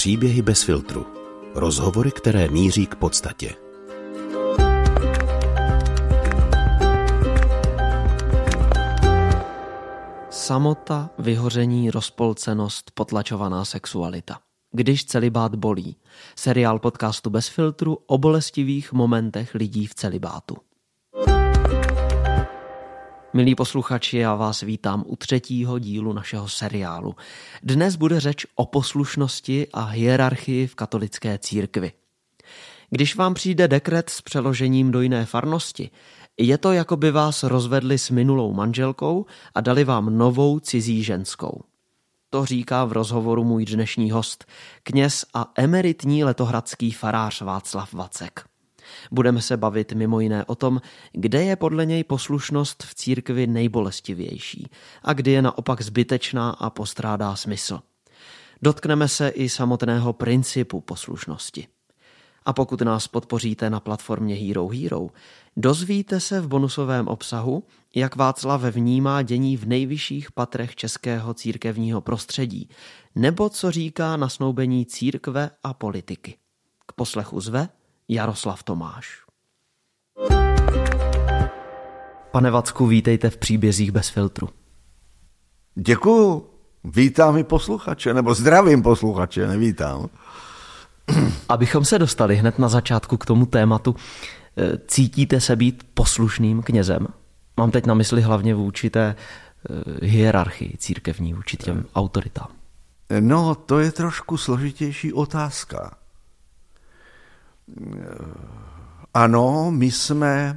Příběhy bez filtru. Rozhovory, které míří k podstatě. Samota, vyhoření, rozpolcenost, potlačovaná sexualita. Když celibát bolí. Seriál podcastu bez filtru o bolestivých momentech lidí v celibátu. Milí posluchači, já vás vítám u 3. dílu našeho seriálu. Dnes bude řeč o poslušnosti a hierarchii v katolické církvi. Když vám přijde dekret s přeložením do jiné farnosti, je to, jako by vás rozvedli s minulou manželkou a dali vám novou cizí ženskou. To říká v rozhovoru můj dnešní host, kněz a emeritní letohradský farář Václav Vacek. Budeme se bavit mimo jiné o tom, kde je podle něj poslušnost v církvi nejbolestivější a kdy je naopak zbytečná a postrádá smysl. Dotkneme se i samotného principu poslušnosti. A pokud nás podpoříte na platformě Hero, dozvíte se v bonusovém obsahu, jak Václav vnímá dění v nejvyšších patrech českého církevního prostředí, nebo co říká na snoubení církve a politiky. K poslechu zve Jaroslav Tomáš. Pane Vacku, vítejte v Příbězích bez filtru. Děkuju. Vítám i posluchače, nebo zdravím posluchače, nevítám. Abychom se dostali hned na začátku k tomu tématu, cítíte se být poslušným knězem? Mám teď na mysli hlavně vůči té hierarchii církevní, vůči těm autoritám. No, to je trošku složitější otázka. Ano, my jsme...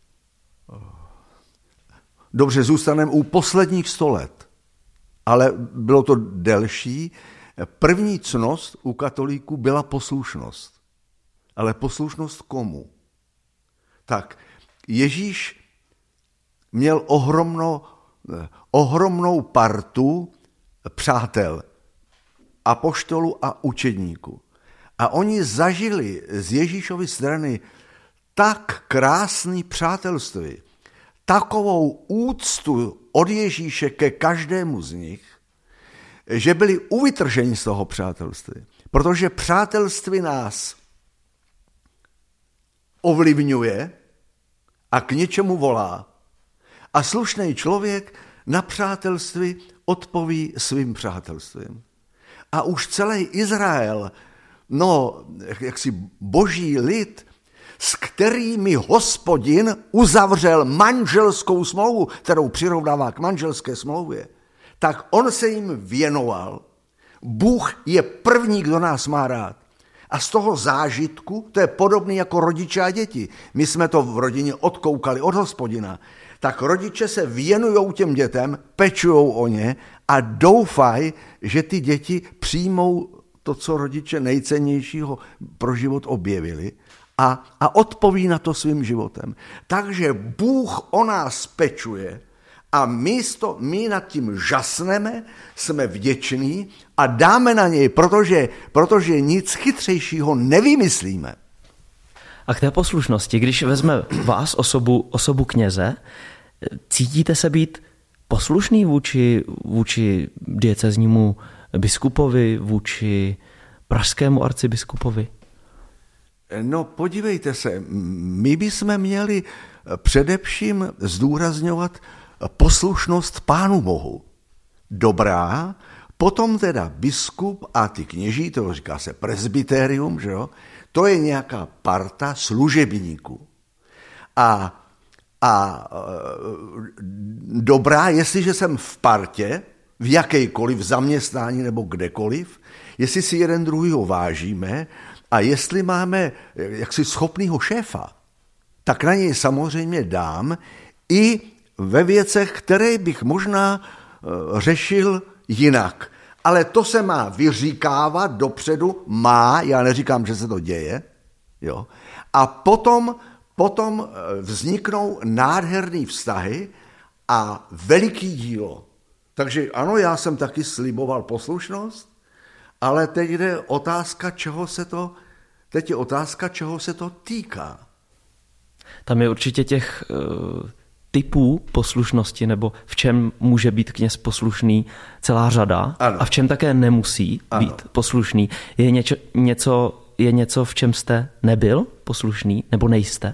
Dobře, zůstaneme u posledních 100 let, ale bylo to delší. První ctnost u katolíků byla poslušnost. Ale poslušnost komu? Tak, Ježíš měl ohromnou partu přátel, apoštolů a učedníků. A oni zažili z Ježíšovy strany tak krásný přátelství, takovou úctu od Ježíše ke každému z nich, že byli uvytrženi z toho přátelství. Protože přátelství nás ovlivňuje a k něčemu volá. A slušný člověk na přátelství odpoví svým přátelstvím. A už celý Izrael, jaksi boží lid, s kterými Hospodin uzavřel manželskou smlouvu, kterou přirovnává k manželské smlouvě, tak on se jim věnoval. Bůh je první, kdo nás má rád. A z toho zážitku, to je podobné jako rodiče a děti. My jsme to v rodině odkoukali od Hospodina. Tak rodiče se věnují těm dětem, pečujou o ně a doufají, že ty děti přijmou to, co rodiče nejcennějšího pro život objevili a odpoví na to svým životem. Takže Bůh o nás pečuje a my nad tím žasneme, jsme vděční a dáme na něj, protože nic chytřejšího nevymyslíme. A k té poslušnosti, když vezme vás osobu kněze, cítíte se být poslušný vůči dieceznímu biskupovi, vůči pražskému arcibiskupovi? No podívejte se, my bychom měli především zdůrazňovat poslušnost Pánu Bohu. Dobrá, potom teda biskup a ty kněží, to říká se presbyterium, že jo? To je nějaká parta služebníků. A dobrá, jestliže jsem v partě, v jakejkoliv zaměstnání nebo kdekoliv, jestli si jeden druhýho vážíme a jestli máme jaksi schopnýho šéfa, tak na něj samozřejmě dám i ve věcech, které bych možná řešil jinak. Ale to se má vyříkávat dopředu, já neříkám, že se to děje, jo. A potom vzniknou nádherný vztahy a veliký dílo. Takže ano, já jsem taky sliboval poslušnost, ale teď je otázka, čeho se to týká. Tam je určitě těch typů poslušnosti, nebo v čem může být kněz poslušný celá řada, ano. A v čem také nemusí být poslušný. Je něco, v čem jste nebyl poslušný, nebo nejste?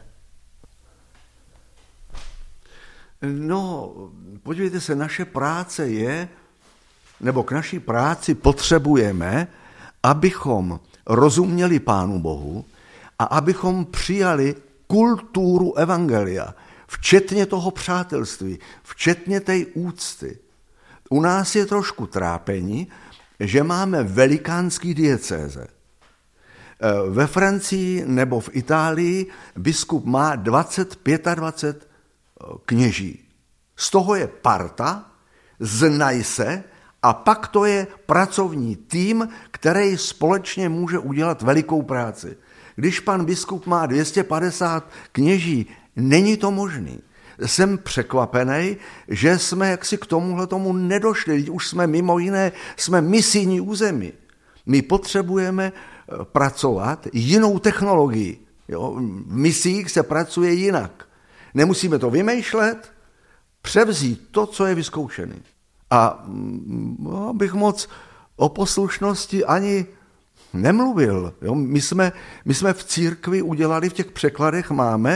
No, podívejte se, naše práce je, nebo k naší práci potřebujeme, abychom rozuměli Pánu Bohu a abychom přijali kulturu evangelia, včetně toho přátelství, včetně té úcty. U nás je trošku trápení, že máme velikánský diecéze. Ve Francii nebo v Itálii biskup má 25 kněží. Z toho je parta, znají se, a pak to je pracovní tým, který společně může udělat velikou práci. Když pan biskup má 250 kněží, není to možný. Jsem překvapený, že jsme jaksi k tomu nedošli. Už jsme mimo jiné, jsme misijní území. My potřebujeme pracovat jinou technologií. Jo? V misích se pracuje jinak. Nemusíme to vymýšlet, převzít to, co je vyzkoušené. A bych moc o poslušnosti ani nemluvil. Jo? My jsme v církvi udělali, v těch překladech máme,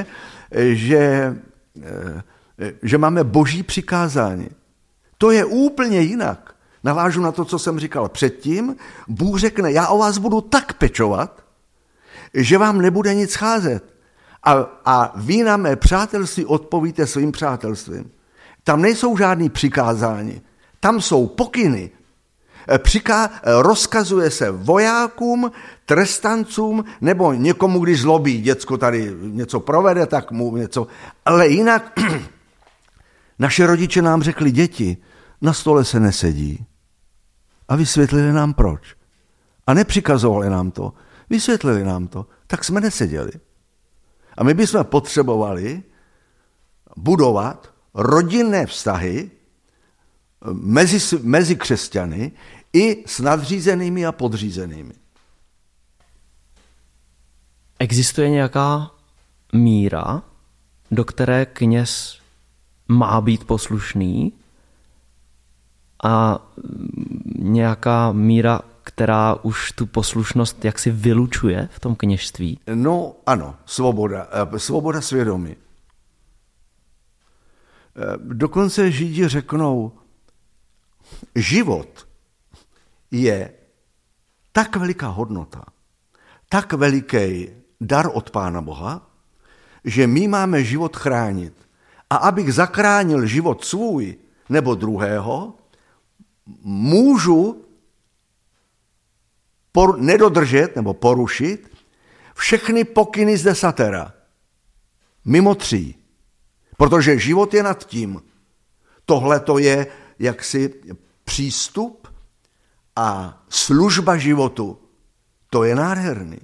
že máme boží přikázání. To je úplně jinak. Navážu na to, co jsem říkal předtím. Bůh řekne, já o vás budu tak pečovat, že vám nebude nic scházet. A vy na mé přátelství odpovíte svým přátelstvím. Tam nejsou žádný přikázání. Tam jsou pokyny. Rozkazuje se vojákům, trestancům, nebo někomu, když zlobí, děcko tady něco provede, tak mu něco. Ale jinak naše rodiče nám řekli, děti, na stole se nesedí. A vysvětlili nám proč. A nepřikazovali nám to. Vysvětlili nám to. Tak jsme neseděli. A my bychom potřebovali budovat rodinné vztahy mezi křesťany i s nadřízenými a podřízenými. Existuje nějaká míra, do které kněz má být poslušný, a nějaká míra, která už tu poslušnost jaksi vylučuje v tom kněžství? No ano, svoboda svědomí. Dokonce Židi řeknou, život je tak veliká hodnota, tak veliký dar od Pána Boha, že my máme život chránit. A abych zachránil život svůj nebo druhého, můžu nedodržet nebo porušit všechny pokyny z desatera. Mimo 3. Protože život je nad tím. Tohle to je jaksi přístup a služba životu. To je nádherný.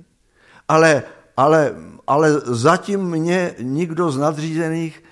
Ale zatím mě nikdo z nadřízených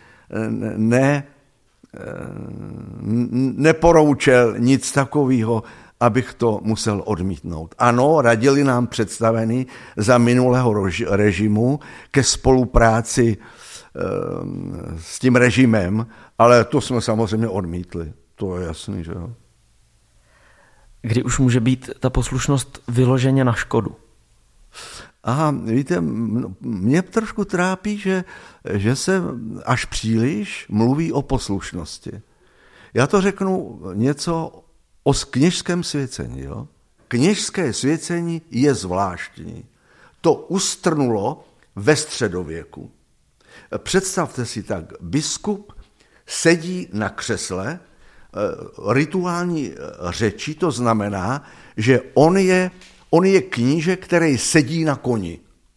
neporoučel nic takového, abych to musel odmítnout. Ano, radili nám představený za minulého režimu ke spolupráci s tím režimem, ale to jsme samozřejmě odmítli. To je jasný, že jo. Kdy už může být ta poslušnost vyloženě na škodu? Aha, víte, mě trošku trápí, že se až příliš mluví o poslušnosti. Já to řeknu něco o kněžském svěcení. Jo? Kněžské svěcení je zvláštní. To ustrnulo ve středověku. Představte si tak, biskup sedí na křesle, rituální řeči, to znamená, že on je kníže, který sedí na koni.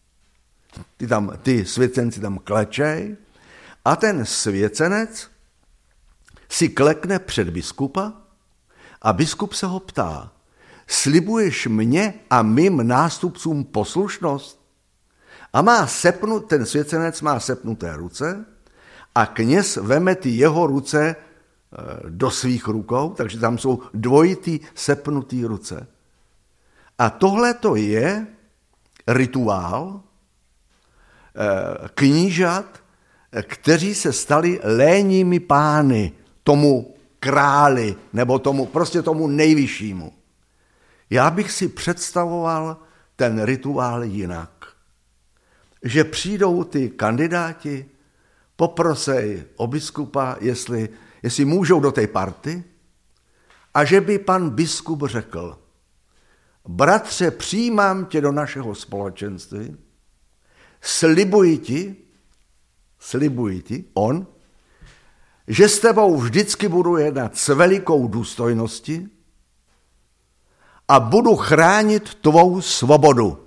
Ty svěcenci tam klečej a ten svěcenec si klekne před biskupa a biskup se ho ptá, slibuješ mě a mým nástupcům poslušnost? A ten svěcenec má sepnuté ruce a kněz veme ty jeho ruce do svých rukou, takže tam jsou dvojitý sepnutý ruce. A tohle to je rituál knížat kteří se stali lénými pány tomu králi, nebo tomu nejvyššímu. Já bych si představoval ten rituál jinak. Že přijdou ty kandidáti, poprosej o biskupa, jestli můžou do té party, a že by pan biskup řekl: bratře, přijímám tě do našeho společenství, slibuji ti, že s tebou vždycky budu jednat s velikou důstojností a budu chránit tvou svobodu.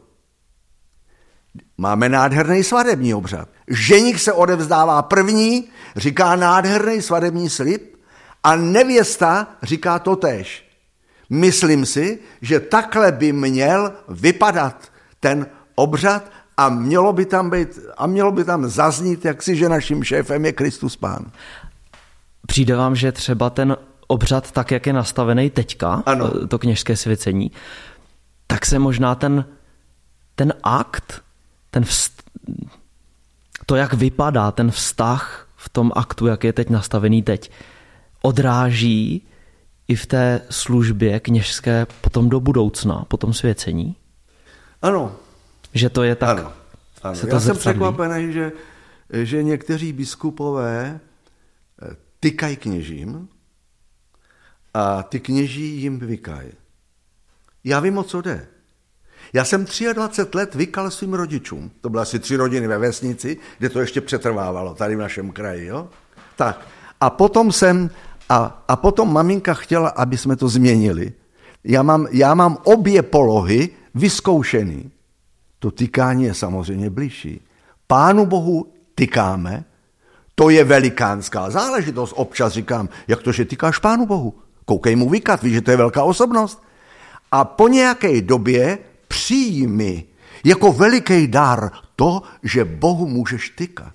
Máme nádherný svatební obřad. Ženich se odevzdává první, říká nádherný svatební slib, a nevěsta říká totéž. Myslím si, že takhle by měl vypadat ten obřad a mělo by tam zaznít, že naším šéfem je Kristus Pán. Přijde vám, že třeba ten obřad, tak jak je nastavený teďka, ano, to kněžské svěcení, tak se možná ten akt, to, jak vypadá ten vztah v tom aktu, jak je teď nastavený teď, odráží i v té službě kněžské potom do budoucna, po tom svěcení? Ano. Že to je tak? Ano. Já jsem překvapený, že někteří biskupové tykají kněžím a ty kněží jim vykají. Já vím, o co jde. Já jsem 23 let vykal svým rodičům. To byly asi 3 rodiny ve vesnici, kde to ještě přetrvávalo, tady v našem kraji. Jo? Tak. A potom maminka chtěla, aby jsme to změnili. Já mám obě polohy vyzkoušený. To tykání je samozřejmě bližší. Pánu Bohu tykáme, to je velikánská záležitost. Občas říkám, jak to, že tykáš Pánu Bohu? Koukej mu vykat, víš, že to je velká osobnost. A po nějaké době přijmi jako veliký dar to, že Bohu můžeš tykat.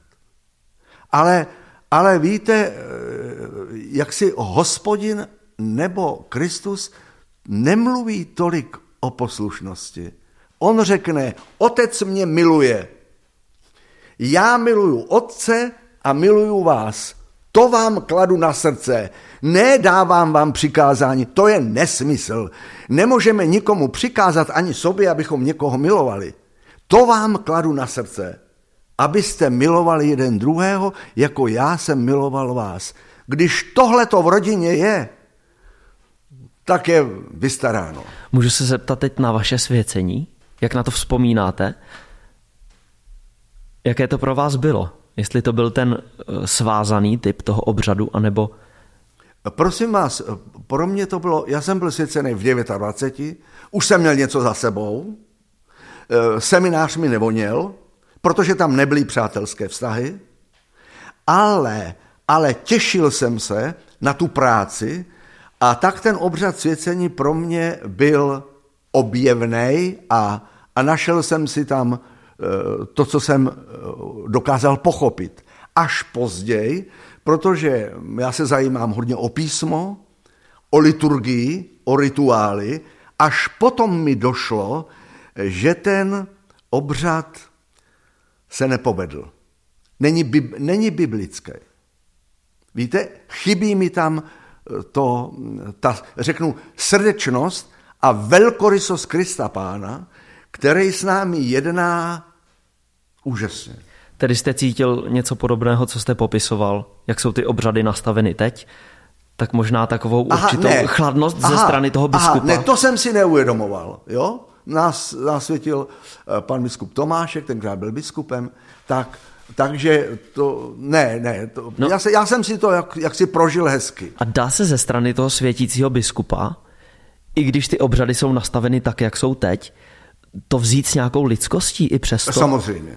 Ale víte, jak si Hospodin nebo Kristus nemluví tolik o poslušnosti. On řekne, otec mě miluje. Já miluju otce a miluju vás. To vám kladu na srdce. Nedávám vám přikázání. To je nesmysl. Nemůžeme nikomu přikázat ani sobě, abychom někoho milovali. To vám kladu na srdce. Abyste milovali jeden druhého, jako já jsem miloval vás. Když tohleto v rodině je, tak je vystaráno. Můžu se zeptat teď na vaše svěcení? Jak na to vzpomínáte? Jaké to pro vás bylo? Jestli to byl ten svázaný typ toho obřadu, anebo... Prosím vás, pro mě to bylo, já jsem byl svěcený v 29, už jsem měl něco za sebou, seminář mi nevoněl, protože tam nebyly přátelské vztahy, ale těšil jsem se na tu práci a tak ten obřad svěcení pro mě byl objevnej a našel jsem si tam to, co jsem dokázal pochopit. Až později, protože já se zajímám hodně o písmo, o liturgii, o rituály, až potom mi došlo, že ten obřad se nepovedl. Není biblický. Víte, chybí mi tam řeknu, srdečnost a velkorysost Krista Pána, který s námi jedná úžasně. Tedy jste cítil něco podobného, co jste popisoval, jak jsou ty obřady nastaveny teď? Tak možná takovou určitou chladnost ze strany toho biskupa? Ne, to jsem si neuvědomoval. Jo? Nás světil pan biskup Tomášek, tenkrát byl biskupem, takže to, já jsem si to jak si prožil hezky. A dá se ze strany toho světícího biskupa, i když ty obřady jsou nastaveny tak, jak jsou teď, to vzít s nějakou lidskostí i přesto? Samozřejmě.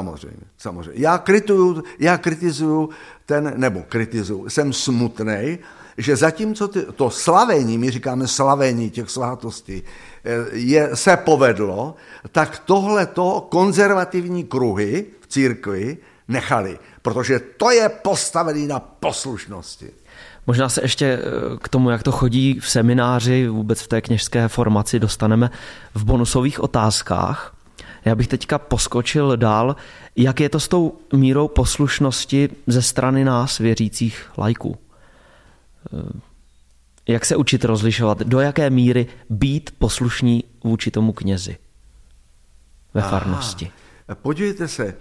Já kritizuju jsem smutnej, že zatímco to slavení, my říkáme slavení těch svátostí, se povedlo, tak tohleto konzervativní kruhy v církvi nechali, protože to je postavený na poslušnosti. Možná se ještě k tomu, jak to chodí v semináři, vůbec v té kněžské formaci, dostaneme v bonusových otázkách. Já bych teďka poskočil dál. Jak je to s tou mírou poslušnosti ze strany nás, věřících laiků? Jak se učit rozlišovat? Do jaké míry být poslušní vůči tomu knězi ve farnosti? Podívejte se,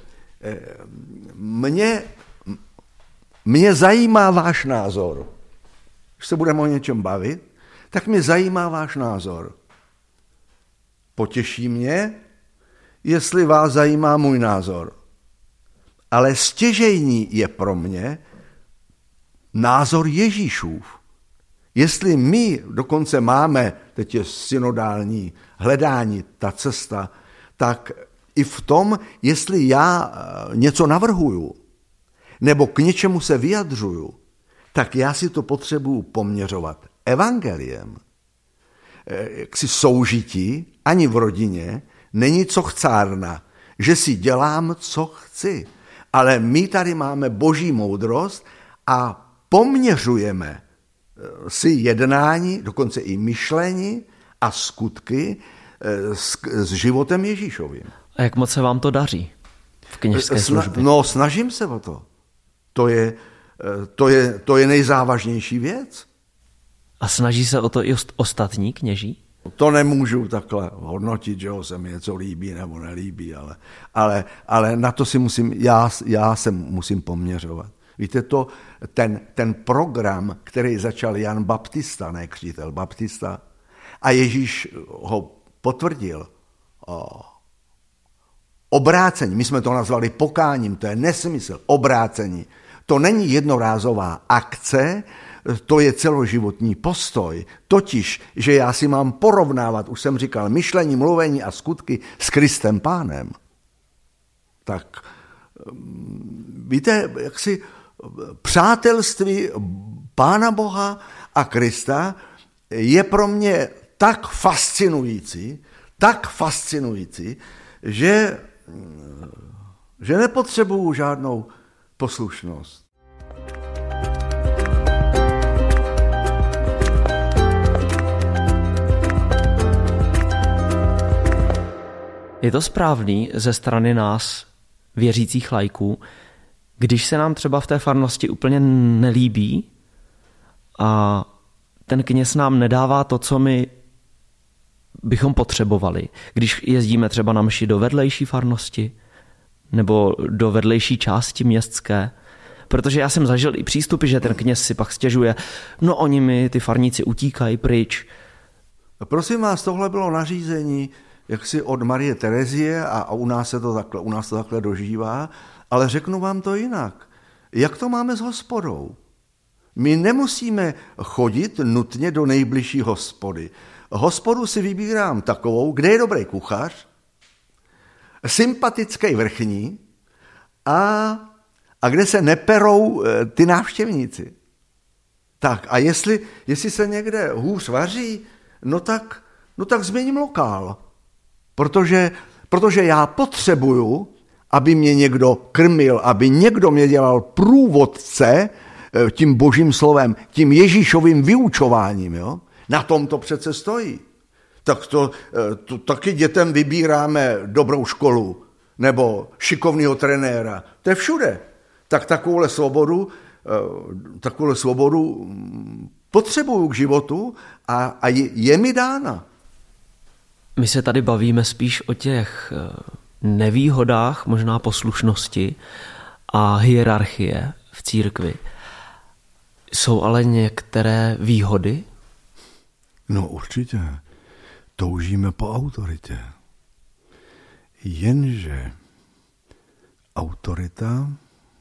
mě zajímá váš názor. Když se budeme o něčem bavit, tak mě zajímá váš názor. Potěší mě, jestli vás zajímá můj názor. Ale stěžejní je pro mě názor Ježíšův. Jestli my dokonce máme, teď je synodální hledání, ta cesta, tak i v tom, jestli já něco navrhuju, nebo k něčemu se vyjadřuju, tak já si to potřebuju poměřovat evangeliem. Jaksi soužití ani v rodině není cochcárna, že si dělám, co chci. Ale my tady máme boží moudrost a poměřujeme si jednání, dokonce i myšlení a skutky s životem Ježíšovým. A jak moc se vám to daří v kněžské službě? No, snažím se o to. To je nejzávažnější věc. A snaží se o to i ostatní kněží? To nemůžu takhle hodnotit, že se mi něco líbí nebo nelíbí, ale na to si já se musím poměřovat. Víte, ten program, který začal Jan Baptista, ne křtitel Baptista, a Ježíš ho potvrdil, obrácení, my jsme to nazvali pokáním, to je nesmysl, obrácení. To není jednorázová akce, to je celoživotní postoj. Totiž, že já si mám porovnávat, už jsem říkal, myšlení, mluvení a skutky s Kristem Pánem. Tak víte, jak si přátelství Pána Boha a Krista je pro mě tak fascinující, že nepotřebuju žádnou poslušnost. Je to správný ze strany nás, věřících laiků, když se nám třeba v té farnosti úplně nelíbí a ten kněz nám nedává to, co my bychom potřebovali, když jezdíme třeba na mši do vedlejší farnosti nebo do vedlejší části městské, protože já jsem zažil i přístupy, že ten kněz si pak stěžuje, no oni mi, ty farníci, utíkají pryč. Prosím vás, tohle bylo nařízení jaksi od Marie Terezie a u nás to takhle dožívá, ale řeknu vám to jinak. Jak to máme s hospodou? My nemusíme chodit nutně do nejbližší hospody. Hospodu si vybírám takovou, kde je dobrý kuchař, sympatický vrchní a kde se neperou ty návštěvníci. Tak a jestli se někde hůř vaří, no tak změním lokál. Protože já potřebuju, aby mě někdo krmil, aby někdo mě dělal průvodce tím božím slovem, tím Ježíšovým vyučováním. Jo? Na tom to přece stojí. Tak to taky dětem vybíráme dobrou školu nebo šikovného trenéra. To je všude. Tak takovouhle svobodu potřebuju k životu a je mi dána. My se tady bavíme spíš o těch nevýhodách, možná poslušnosti a hierarchie v církvi. Jsou ale některé výhody? No určitě. Toužíme po autoritě. Jenže autorita,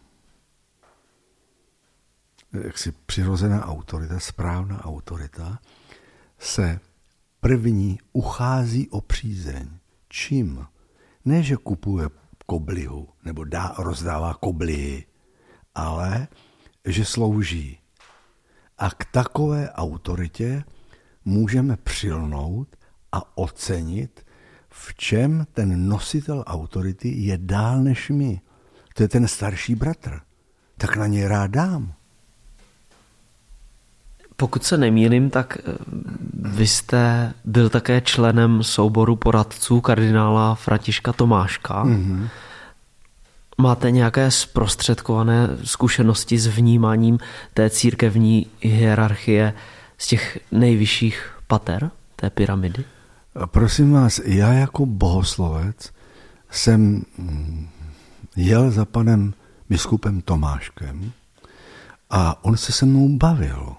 jaksi přirozená autorita, správná autorita, se první uchází o přízeň. Čím? Ne, že kupuje koblihu nebo rozdává koblihy, ale že slouží. A k takové autoritě můžeme přilnout a ocenit, v čem ten nositel autority je dál než my. To je ten starší bratr. Tak na něj rád dám. Pokud se nemýlím, tak vy jste byl také členem souboru poradců kardinála Františka Tomáška. Mm-hmm. Máte nějaké zprostředkované zkušenosti s vnímáním té církevní hierarchie z těch nejvyšších pater té pyramidy? Prosím vás, já jako bohoslovec jsem jel za panem biskupem Tomáškem a on se mnou bavil.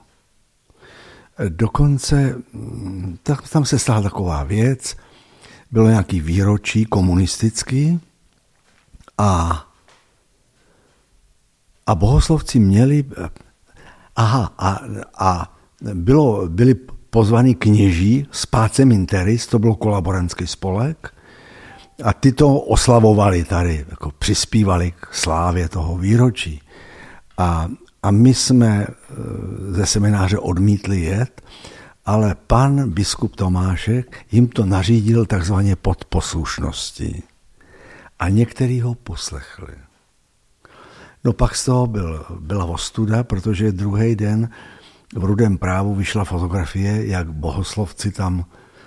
Dokonce tam se stala taková věc, bylo nějaký výročí komunistický a bohoslovci měli, byli pozvaní kněží z Pacem in Terris, to byl kolaborantský spolek, a ty to oslavovali tady, jako přispívali k slávě toho výročí. A my jsme ze semináře odmítli jet, ale pan biskup Tomášek jim to nařídil takzvaně pod poslušností. A některý ho poslechli. No pak z toho byla ostuda, protože druhý den v Rudém právu vyšla fotografie, jak bohoslovci tam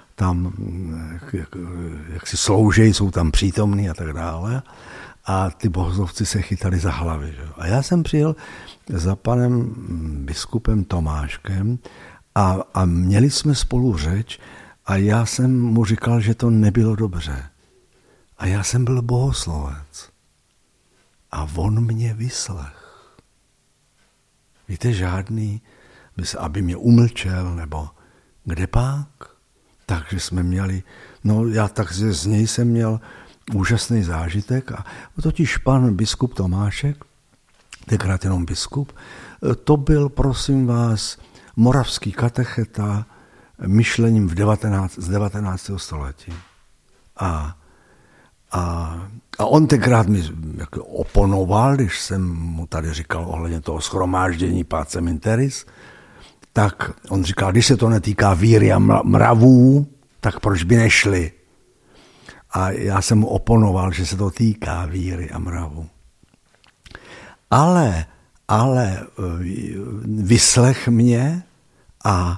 jak si sloužejí, jsou tam přítomní a tak dále. A ty bohoslovci se chytali za hlavy. Že? A já jsem přijel za panem biskupem Tomáškem a měli jsme spolu řeč a já jsem mu říkal, že to nebylo dobře. A já jsem byl bohoslovec. A on mě vyslech. Víte, žádný, aby mě umlčel, nebo kde pak? Takže jsme měli, z něj jsem měl úžasný zážitek a totiž pan biskup Tomášek, tenkrát jenom biskup, to byl, prosím vás, moravský katecheta myšlením z 19. století. A on tenkrát mi oponoval, když jsem mu tady říkal ohledně toho shromáždění Pacem in Terris, tak on říkal, když se to netýká víry a mravů, tak proč by nešli? A já jsem mu oponoval, že se to týká víry a mravů. Ale vyslech mě a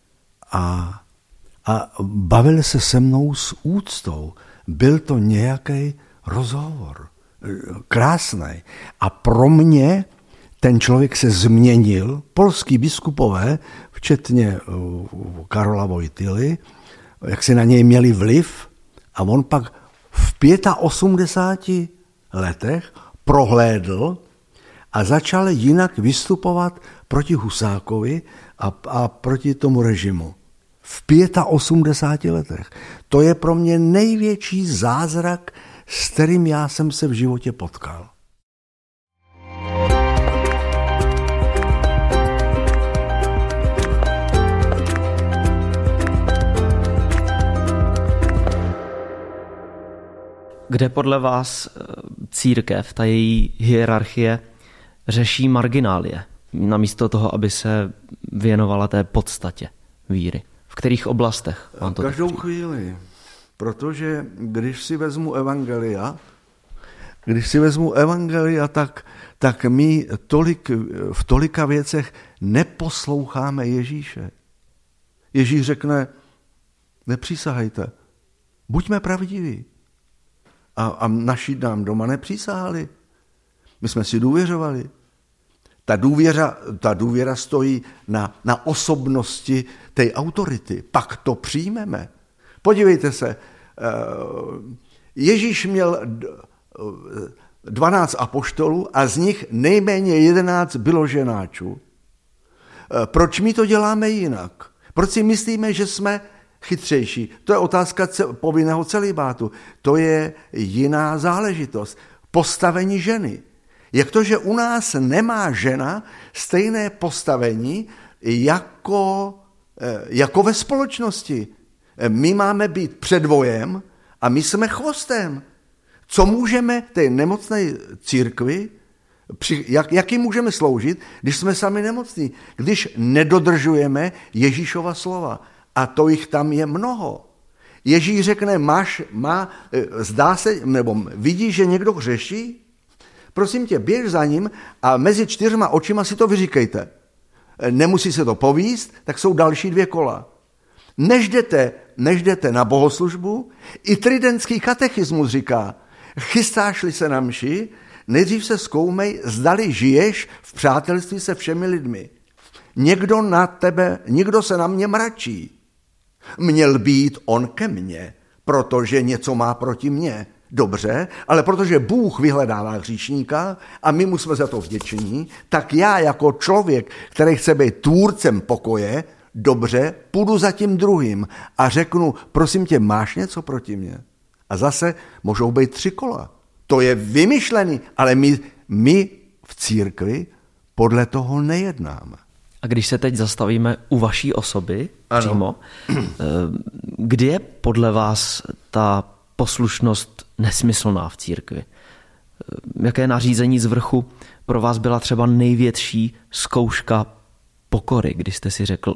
bavil se se mnou s úctou. Byl to nějaký rozhovor. Krásný. A pro mě ten člověk se změnil. Polský biskupové, včetně Karola Wojtyly, jak si na něj měli vliv, a on pak v 85 letech prohlédl a začal jinak vystupovat proti Husákovi a proti tomu režimu. V 85 letech. To je pro mě největší zázrak, s kterým já jsem se v životě potkal. Kde podle vás církev, ta její hierarchie, řeší marginálie, namísto toho, aby se věnovala té podstatě víry? V kterých oblastech vám to každou chvíli, protože když si vezmu evangelia, tak my v tolika věcech neposloucháme Ježíše. Ježíš řekne, nepřísahejte, buďme pravdiví. A naši nám doma nepřísahali. My jsme si důvěřovali. Ta důvěra stojí na osobnosti té autority. Pak to přijmeme. Podívejte se, Ježíš měl 12 apoštolů a z nich nejméně 11 bylo ženáčů. Proč my to děláme jinak? Proč si myslíme, že jsme chytřejší? To je otázka povinného celibátu. To je jiná záležitost. Postavení ženy. Jak to, že u nás nemá žena stejné postavení jako ve společnosti? My máme být předvojem a my jsme chvostem. Co můžeme té nemocné církvi, jaký můžeme sloužit, když jsme sami nemocní? Když nedodržujeme Ježíšova slova. A to jich tam je mnoho. Ježíš řekne, zdá se, nebo vidíš, že někdo hřeší? Prosím tě, běž za ním a mezi 4 očima si to vyříkejte. nemusí se to povíst, tak jsou další 2 kola. Než jdete na bohoslužbu, i tridentský katechismus říká, chystáš-li se na mši, nejdřív se zkoumej, zdali žiješ v přátelství se všemi lidmi. Někdo se na mě mračí. Měl být on ke mně, protože něco má proti mně. Dobře, ale protože Bůh vyhledává hříšníka a my mu jsme za to vděční, tak já jako člověk, který chce být tvůrcem pokoje, dobře, půjdu za tím druhým a řeknu, prosím tě, máš něco proti mně? A zase můžou být 3 kola. To je vymyšlený, ale my v církvi podle toho nejednáme. A když se teď zastavíme u vaší osoby přímo, kdy je podle vás ta poslušnost nesmyslná v církvi? Jaké nařízení z vrchu pro vás byla třeba největší zkouška pokory, když jste si řekl,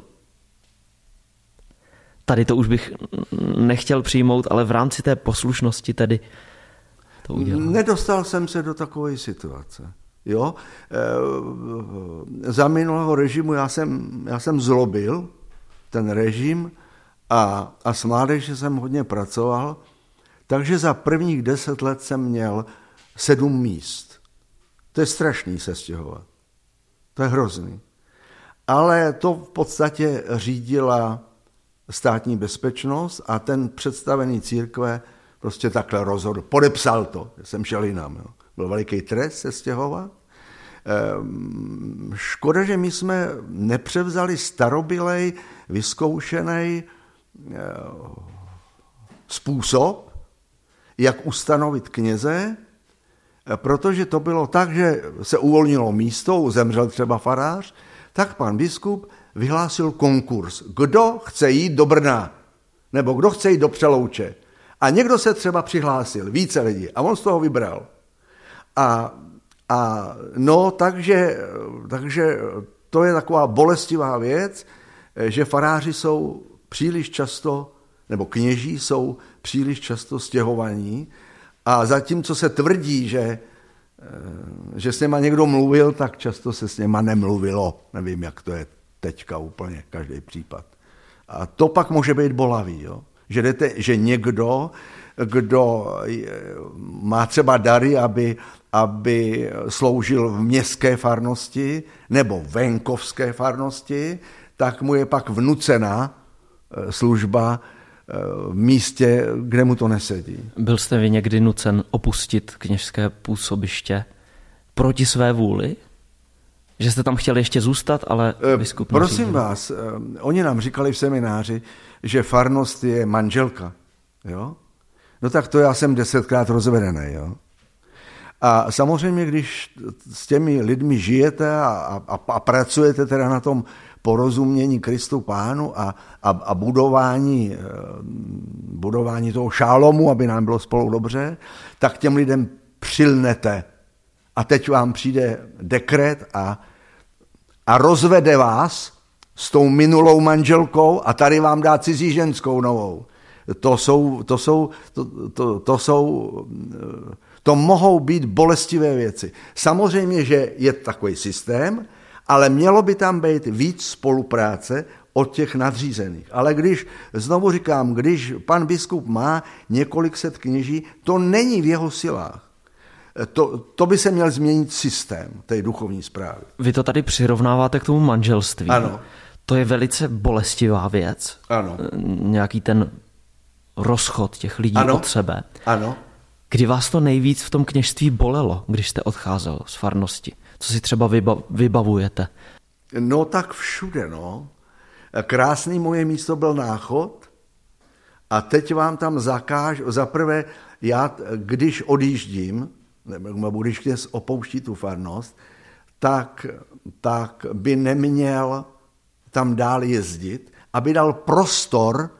tady to už bych nechtěl přijmout, ale v rámci té poslušnosti tedy to udělám? Nedostal jsem se do takové situace. Jo? Za minulého režimu já jsem zlobil ten režim a s mládeží jsem hodně pracoval, takže za prvních 10 let jsem měl 7 míst. To je strašný se stěhovat. To je hrozný. Ale to v podstatě řídila státní bezpečnost a ten představený církve prostě takhle rozhodl. Podepsal to, jsem šel jinam. Jo. Byl veliký trest se stěhovat. Škoda, že my jsme nepřevzali starobylej, vyzkoušený způsob, jak ustanovit kněze, protože to bylo tak, že se uvolnilo místo, zemřel třeba farář, tak pan biskup vyhlásil konkurs. Kdo chce jít do Brna? Nebo kdo chce jít do Přelouče? A někdo se třeba přihlásil, více lidí, a on z toho vybral. Takže to je taková bolestivá věc, že faráři jsou příliš často, nebo kněží jsou příliš často stěhovaní a zatímco se tvrdí, že s něma někdo mluvil, tak často se s něma nemluvilo. Nevím, jak to je teďka úplně, každý případ. A to pak může být bolavý, jo? Že někdo, kdo má třeba dary, aby sloužil v městské farnosti nebo venkovské farnosti, tak mu je pak vnucena služba v místě, kde mu to nesedí. Byl jste vy někdy nucen opustit kněžské působiště proti své vůli? Že jste tam chtěli ještě zůstat, ale biskup Prosím neřídil. vás, oni nám říkali v semináři, že farnost je manželka. Jo? No tak to já jsem 10krát rozvedený. Jo? A samozřejmě, když s těmi lidmi žijete a pracujete teda na tom porozumění Kristu Pánu a budování toho šálomu, aby nám bylo spolu dobře, tak těm lidem přilnete. A teď vám přijde dekret a rozvede vás s tou minulou manželkou a tady vám dá cizí ženskou novou. To mohou být bolestivé věci. Samozřejmě, že je takový systém, ale mělo by tam být víc spolupráce od těch nadřízených. Ale znovu říkám, když pan biskup má několik set kněží, to není v jeho silách. To by se měl změnit systém té duchovní správy. Vy to tady přirovnáváte k tomu manželství. Ano. To je velice bolestivá věc. Ano. Nějaký ten rozchod těch lidí od sebe. Ano. Kdy vás to nejvíc v tom kněžství bolelo, když jste odcházel z farnosti? Co si třeba vybavujete? No tak všude, no. Krásný moje místo byl Náchod a teď vám tam zakážu, zaprvé já, když odjíždím, nebo když kněz opouští tu farnost, tak by neměl tam dál jezdit, aby dal prostor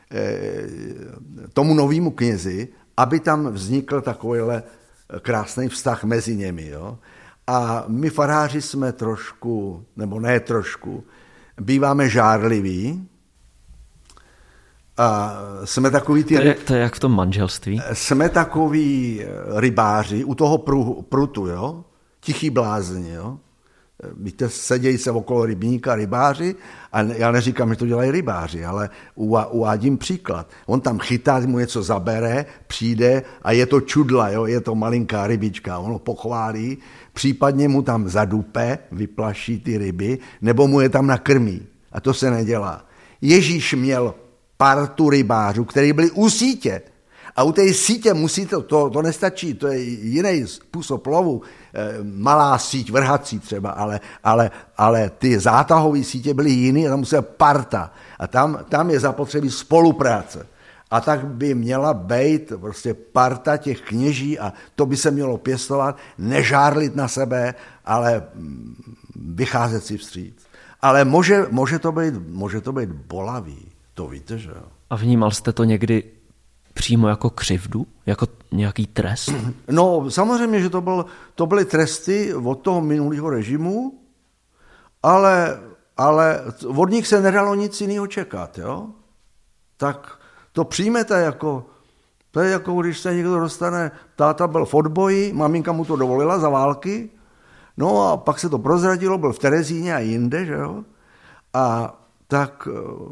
tomu novému knězi, aby tam vznikl takovýhle krásný vztah mezi nimi. Jo? A my faráři jsme trošku, nebo ne trošku, býváme žárliví a jsme takový To je jak v tom manželství? Jsme takový rybáři u toho prutu, jo? Tichý blázni, jo? víte, sedějí se okolo rybníka rybáři, a já neříkám, že to dělají rybáři, ale uvádím příklad. On tam chytá, mu něco zabere, přijde a je to čudla, jo? Je to malinká rybička, on ho pochválí, případně mu tam zadupe, vyplaší ty ryby, nebo mu je tam nakrmí. A to se nedělá. Ježíš měl partu rybářů, kteří byli u sítě. A u té sítě musíte, to nestačí, to je jiný způsob lovu, malá síť, vrhací třeba, ale ty zátahové sítě byly jiný a tam musela parta. A tam je zapotřebí spolupráce. A tak by měla být prostě parta těch kněží a to by se mělo pěstovat, nežárlit na sebe, ale vycházet si vstříc. Ale může to být bolavý, to víte, že jo. A vnímal jste to někdy přímo jako křivdu? Jako nějaký trest? No, samozřejmě, že to byly tresty od toho minulého režimu, ale od nich se nedalo nic jiného čekat, jo? Tak to přijmete jako, to je jako když se někdo dostane, táta byl v odboji, maminka mu to dovolila za války, no a pak se to prozradilo, byl v Terezíně a jinde, že jo? A tak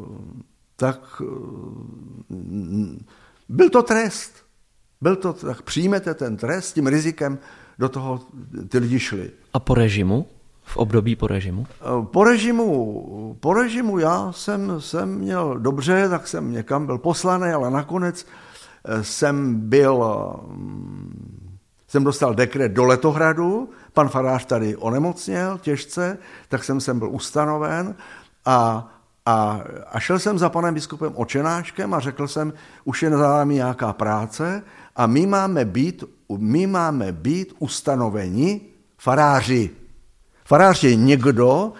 byl to trest. Tak přijmete ten trest, s tím rizikem do toho ty lidi šli. A po režimu? V období po režimu? Po režimu já jsem měl dobře, tak jsem někam byl poslaný, ale nakonec jsem dostal dekret do Letohradu, pan farář tady onemocněl těžce, tak jsem sem byl ustanoven a šel jsem za panem biskupem Očenáškem a řekl jsem, už je za námi nějaká práce a my máme být ustanoveni faráři. Farář je někdo,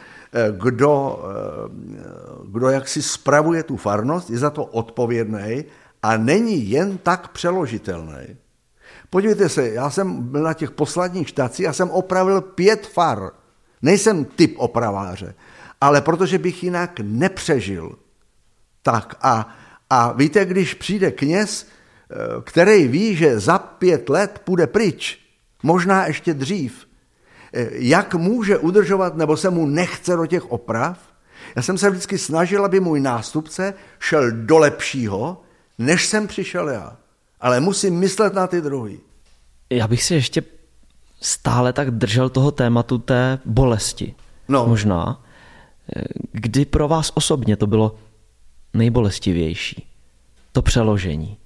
kdo jaksi spravuje tu farnost, je za to odpovědný a není jen tak přeložitelný. Podívejte se, já jsem byl na těch posledních štacích, já jsem opravil 5 far. Nejsem typ opraváře, ale protože bych jinak nepřežil. Tak a víte, když přijde kněz, který ví, že za 5 let půjde pryč, možná ještě dřív, jak může udržovat, nebo se mu nechce do těch oprav? Já jsem se vždycky snažil, aby můj nástupce šel do lepšího, než jsem přišel já. Ale musím myslet na ty druhý. Já bych si ještě stále tak držel toho tématu té bolesti. No. Možná. Kdy pro vás osobně to bylo nejbolestivější? To přeložení.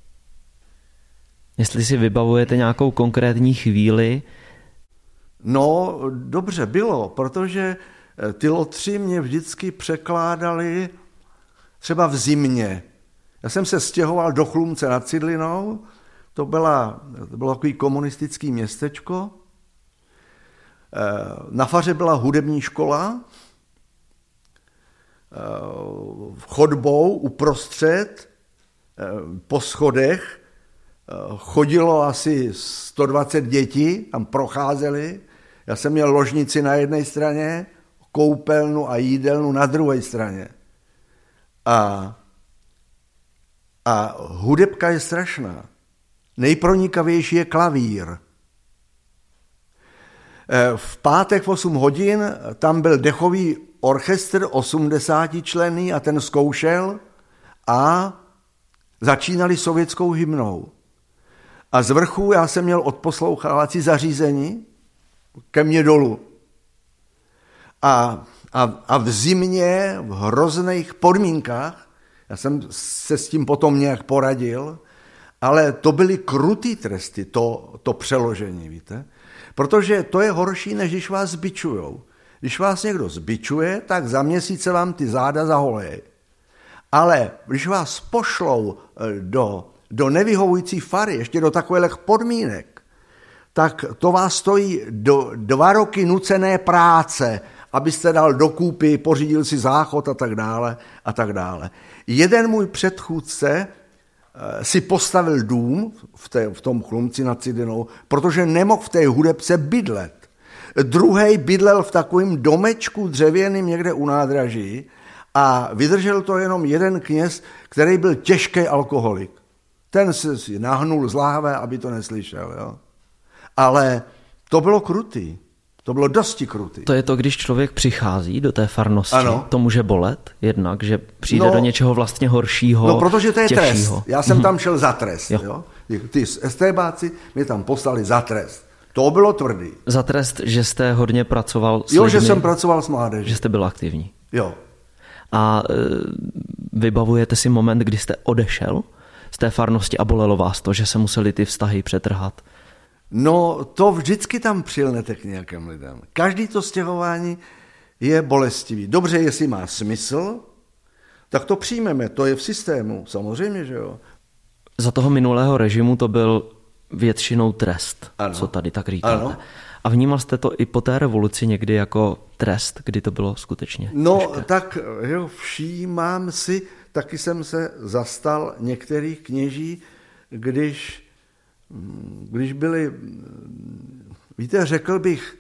Jestli si vybavujete nějakou konkrétní chvíli. No, dobře bylo, protože ty lotři mě vždycky překládali třeba v zimě. Já jsem se stěhoval do Chlumce nad Cidlinou, to bylo takový komunistický městečko. Na faře byla hudební škola, chodbou uprostřed, po schodech, chodilo asi 120 dětí, tam procházeli. Já jsem měl ložnici na jedné straně, koupelnu a jídelnu na druhé straně. A hudebka je strašná. Nejpronikavější je klavír. V pátek v 8 hodin tam byl dechový orchestr 80 členný a ten zkoušel a začínali sovětskou hymnou. A z vrchu já jsem měl odposlouchávací zařízení ke mně dolů. A v zimě, v hrozných podmínkách, já jsem se s tím potom nějak poradil, ale to byly krutý tresty, to přeložení, víte? Protože to je horší, než když vás zbičujou. Když vás někdo zbičuje, tak za měsíc se vám ty záda zaholej. Ale když vás pošlou do nevyhovující fary, ještě do takových podmínek, tak to vás stojí 2 roky nucené práce, abyste dal do kůpy, pořídil si záchod a tak dále a tak dále. Jeden můj předchůdce si postavil dům v tom Chlumci nad Cidlinou, protože nemohl v té hudebce bydlet. Druhej bydlel v takovém domečku dřevěným někde u nádraží a vydržel to jenom jeden kněz, který byl těžký alkoholik. Ten se si nahnul z láhve, aby to neslyšel. Jo? Ale to bylo krutý. To bylo dosti krutý. To je to, když člověk přichází do té farnosti, ano. To může bolet jednak, že přijde do něčeho vlastně horšího, no, protože to je těžšího. Trest. Já jsem tam šel za trest. Jo. Ty estébáci mě tam poslali za trest. To bylo tvrdý. Za trest, že jste hodně pracoval s lidmi? Že jsem pracoval s mládeží. Že jste byl aktivní. Jo. A vybavujete si moment, kdy jste odešel z té farnosti a bolelo vás to, že se museli ty vztahy přetrhat? No, to vždycky tam přilnete k nějakým lidem. Každý to stěhování je bolestivý. Dobře, jestli má smysl, tak to přijmeme. To je v systému, samozřejmě, že jo. Za toho minulého režimu to byl většinou trest, ano. Co tady tak říkáte. Ano. A vnímal jste to i po té revoluci někdy jako trest, kdy to bylo skutečně těžké? Tak jo, všímám si, taky jsem se zastal některých kněží, když byli, víte, řekl bych,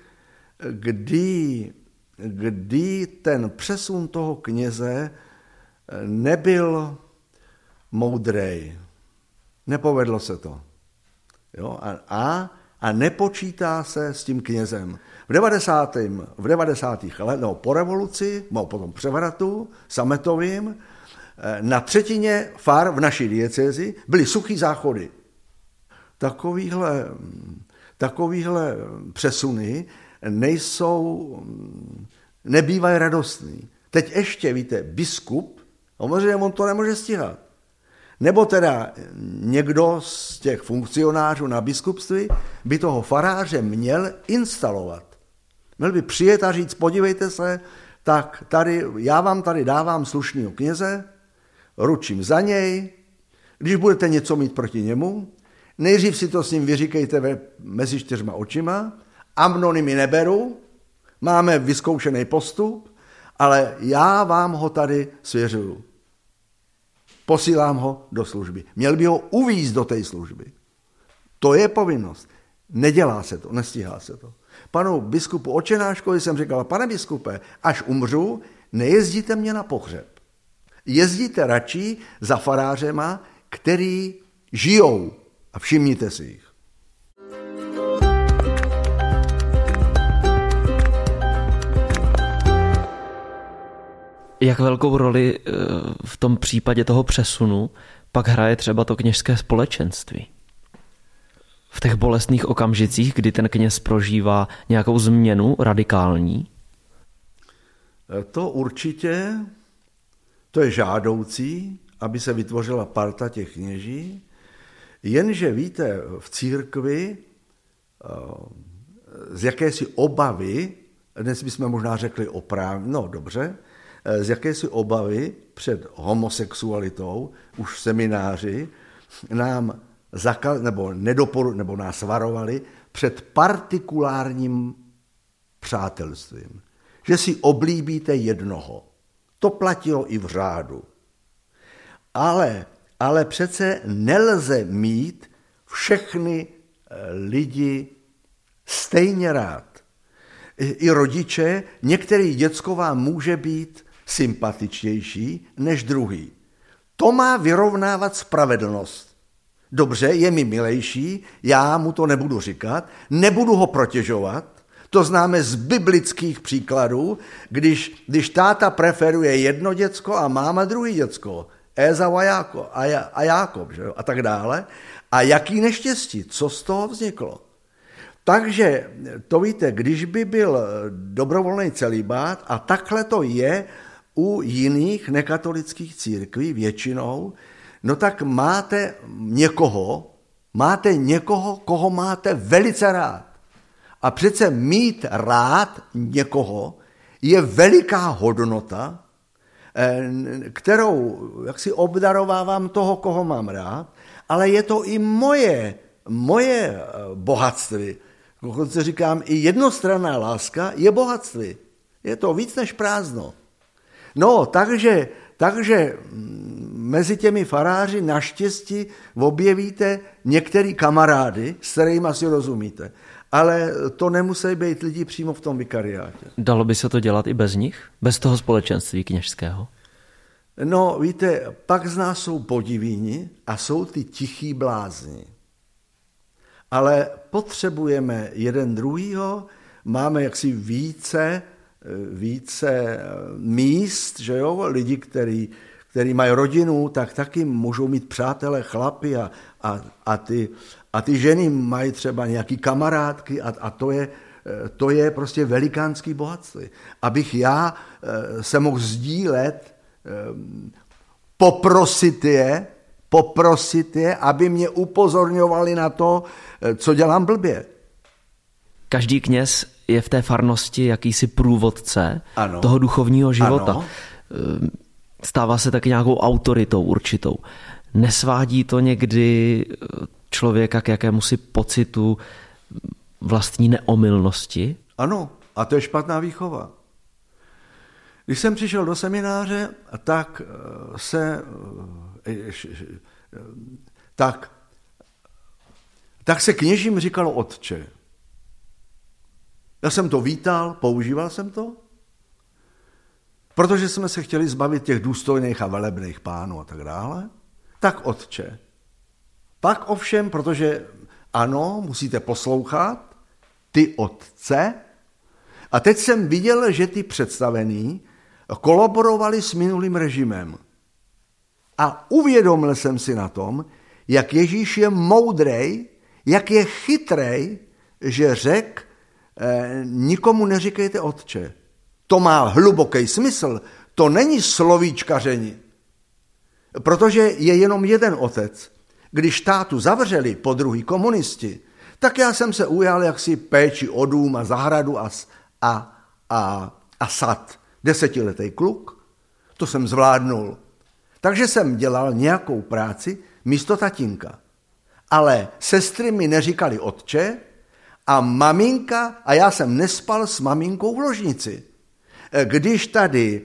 kdy ten přesun toho kněze nebyl moudrej. Nepovedlo se to. Jo? A nepočítá se s tím knězem. V 90. letech, po revoluci, po tom převratu sametovým, na třetině far v naší diecézi byly suchý záchody. Takovýhle přesuny nebývají radostný. Teď ještě, víte, biskup, on to nemůže stíhat. Nebo teda někdo z těch funkcionářů na biskupství by toho faráře měl instalovat. Měl by přijet a říct, podívejte se, tak tady, já vám tady dávám slušného kněze, ručím za něj, když budete něco mít proti němu, nejdřív si to s ním vyříkejte mezi 4 očima, amnonymy neberu, máme vyzkoušený postup, ale já vám ho tady svěřuju. Posílám ho do služby. Měl by ho uvízt do té služby. To je povinnost. Nedělá se to, nestíhá se to. Panu biskupu Očenáškovi jsem říkal, pane biskupe, až umřu, nejezdíte mě na pohřeb. Jezdíte radši za farářema, který žijou. A všimněte si jich. Jak velkou roli v tom případě toho přesunu pak hraje třeba to kněžské společenství? V těch bolestných okamžicích, kdy ten kněz prožívá nějakou změnu radikální? To určitě, to je žádoucí, aby se vytvořila parta těch kněží, jenže víte, v církvi z jakési obavy, dnes bychom možná řekli z jakési obavy před homosexualitou, už v semináři, nám nebo nás varovali před partikulárním přátelstvím. Že si oblíbíte jednoho. To platilo i v řádu. Ale přece nelze mít všechny lidi stejně rád. I rodiče, některý děcko vám může být sympatičtější než druhý. To má vyrovnávat spravedlnost. Dobře, je mi milejší, já mu to nebudu říkat, nebudu ho protěžovat. To známe z biblických příkladů, když táta preferuje jedno děcko a máma druhý děcko. Ézau a Jákob, že jo? A tak dále. A jaký neštěstí, co z toho vzniklo? Takže to víte, když by byl dobrovolný celibát, a takhle to je u jiných nekatolických církví většinou, no tak máte někoho, koho máte velice rád. A přece mít rád někoho je veliká hodnota, kterou jaksi obdarovávám toho, koho mám rád, ale je to i moje bohatství. Dokonce říkám, i jednostranná láska je bohatství. Je to víc než prázdno. No, takže mezi těmi faráři naštěstí objevíte některý kamarády, s kterými si rozumíte. Ale to nemusí být lidi přímo v tom vikariátě. Dalo by se to dělat i bez nich? Bez toho společenství kněžského? No, víte, pak z nás jsou podivíni a jsou ty tichý blázni. Ale potřebujeme jeden druhýho, máme jaksi více míst, že jo, lidi, který mají rodinu, tak taky můžou mít přátelé, chlapy a ty ženy mají třeba nějaký kamarádky a to je prostě velikánský bohatství. Abych já se mohl sdílet, poprosit je, aby mě upozorňovali na to, co dělám blbě. Každý kněz je v té farnosti jakýsi průvodce toho duchovního života. Ano. Stává se taky nějakou autoritou určitou. Nesvádí to někdy člověka k jakémusi pocitu vlastní neomylnosti? Ano, a to je špatná výchova. Když jsem přišel do semináře, tak se kněžím říkalo otče. Já jsem to vítal, používal jsem to, protože jsme se chtěli zbavit těch důstojných a velebných pánů a tak dále, tak otče. Pak ovšem, protože ano, musíte poslouchat, ty otce, a teď jsem viděl, že ty představení kolaborovali s minulým režimem. A uvědomil jsem si na tom, jak Ježíš je moudrej, jak je chytrej, že řekl, nikomu neříkejte otče. To má hluboký smysl, to není slovíčkaření. Protože je jenom jeden otec. Když tátu zavřeli po druhý komunisti, tak já jsem se ujal jaksi péči o dům a zahradu a sad. 10letý kluk, to jsem zvládnul. Takže jsem dělal nějakou práci místo tatínka. Ale sestry mi neříkali otče a maminka, a já jsem nespal s maminkou v ložnici. Když tady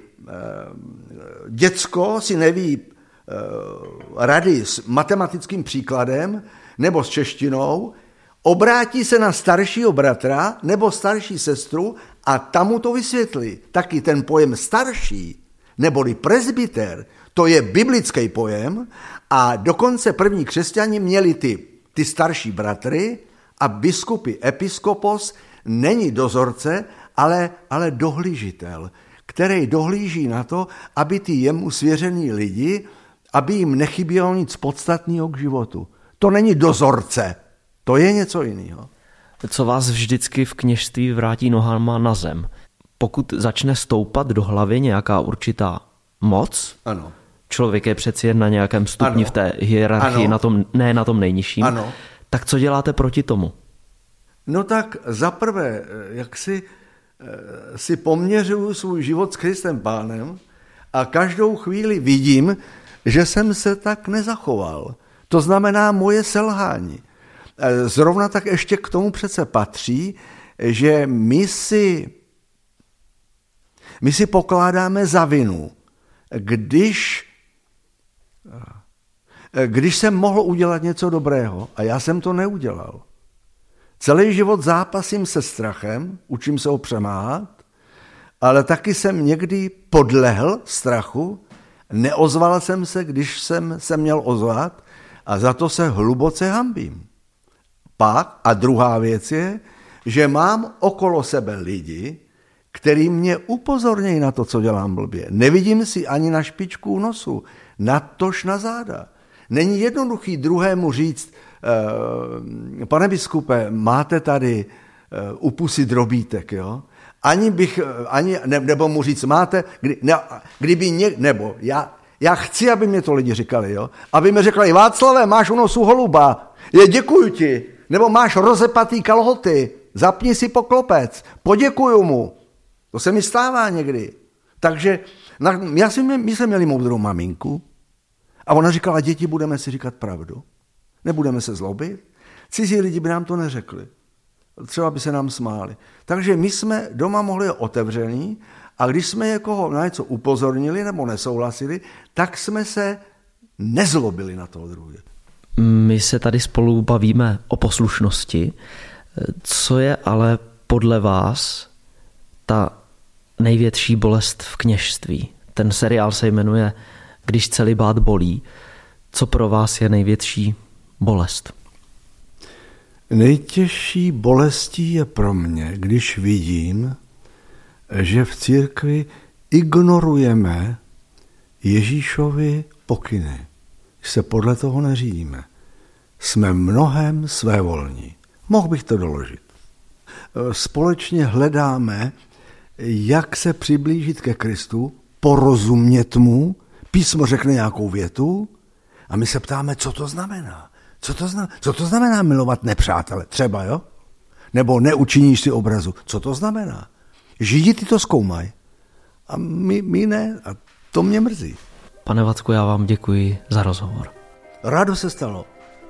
děcko si neví rady s matematickým příkladem nebo s češtinou, obrátí se na staršího bratra nebo starší sestru a tam mu to vysvětlí. Taky ten pojem starší, neboli presbyter, to je biblický pojem a dokonce první křesťani měli ty starší bratry a biskupy, episkopos není dozorce, ale dohlížitel, který dohlíží na to, aby ty jemu svěřený lidi, aby jim nechybělo nic podstatného k životu. To není dozorce, to je něco jiného. Co vás vždycky v kněžství vrátí nohama na zem? Pokud začne stoupat do hlavy nějaká určitá moc, ano. Člověk je přeci jen na nějakém stupni v té hierarchii, ne na tom nejnižším, tak co děláte proti tomu? No tak zaprvé, jak si poměřuju svůj život s Kristem Pánem a každou chvíli vidím, že jsem se tak nezachoval. To znamená moje selhání. Zrovna tak ještě k tomu přece patří, že my si pokládáme za vinu, když jsem mohl udělat něco dobrého a já jsem to neudělal. Celý život zápasím se strachem, učím se ho přemáhat, ale taky jsem někdy podlehl strachu, neozval jsem se, když jsem se měl ozvat a za to se hluboce hanbím. Pak, a druhá věc je, že mám okolo sebe lidi, který mě upozornějí na to, co dělám blbě. Nevidím si ani na špičku nosu, natož na záda. Není jednoduchý druhému říct, pane biskupe, máte tady u pusy drobítek, jo? Nebo mu říct, máte, já chci, aby mě to lidi říkali, jo? Aby mi řekli, Václave, máš u nosu holuba, děkuju ti, nebo máš rozepatý kalhoty, zapni si poklopec, poděkuju mu. To se mi stává někdy. Takže my jsme měli moudrou maminku a ona říkala, děti, budeme si říkat pravdu. Nebudeme se zlobit. Cizí lidi by nám to neřekli. Třeba by se nám smáli. Takže my jsme doma mohli otevřený a když jsme někoho na něco upozornili nebo nesouhlasili, tak jsme se nezlobili na toho druhého. My se tady spolu bavíme o poslušnosti. Co je ale podle vás ta největší bolest v kněžství? Ten seriál se jmenuje Když celibát bolí. Co pro vás je největší bolest? Nejtěžší bolestí je pro mě, když vidím, že v církvi ignorujeme Ježíšovy pokyny, že se podle toho neřídíme. Jsme mnohem svévolní. Mohl bych to doložit. Společně hledáme, jak se přiblížit ke Kristu, porozumět mu, písmo řekne nějakou větu a my se ptáme, co to znamená. Co to znamená milovat nepřátele? Třeba, jo? Nebo neučiníš si obrazu. Co to znamená? Židi ty to zkoumají a my ne. A to mě mrzí. Pane Vacku, já vám děkuji za rozhovor. Rádo se stalo.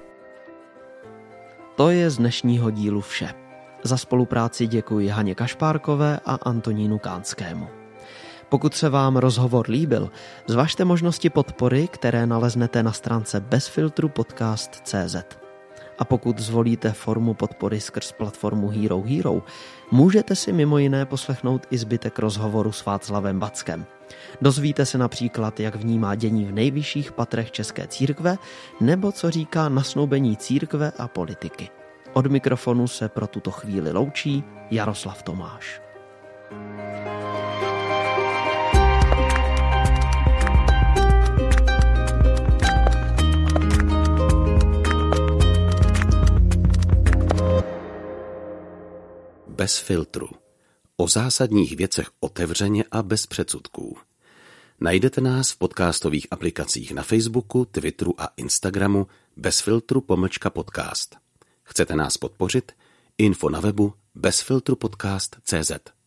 To je z dnešního dílu vše. Za spolupráci děkuji Haně Kašpárkové a Antonínu Kánskému. Pokud se vám rozhovor líbil, zvažte možnosti podpory, které naleznete na stránce bezfiltrupodcast.cz. A pokud zvolíte formu podpory skrz platformu Hero, můžete si mimo jiné poslechnout i zbytek rozhovoru s Václavem Vackem. Dozvíte se například, jak vnímá dění v nejvyšších patrech české církve, nebo co říká na snoubení církve a politiky. Od mikrofonu se pro tuto chvíli loučí Jaroslav Tomáš. Bez filtru. O zásadních věcech otevřeně a bez předsudků. Najdete nás v podcastových aplikacích na Facebooku, Twitteru a Instagramu bezfiltru_podcast. Chcete nás podpořit? Info na webu bezfiltrupodcast.cz.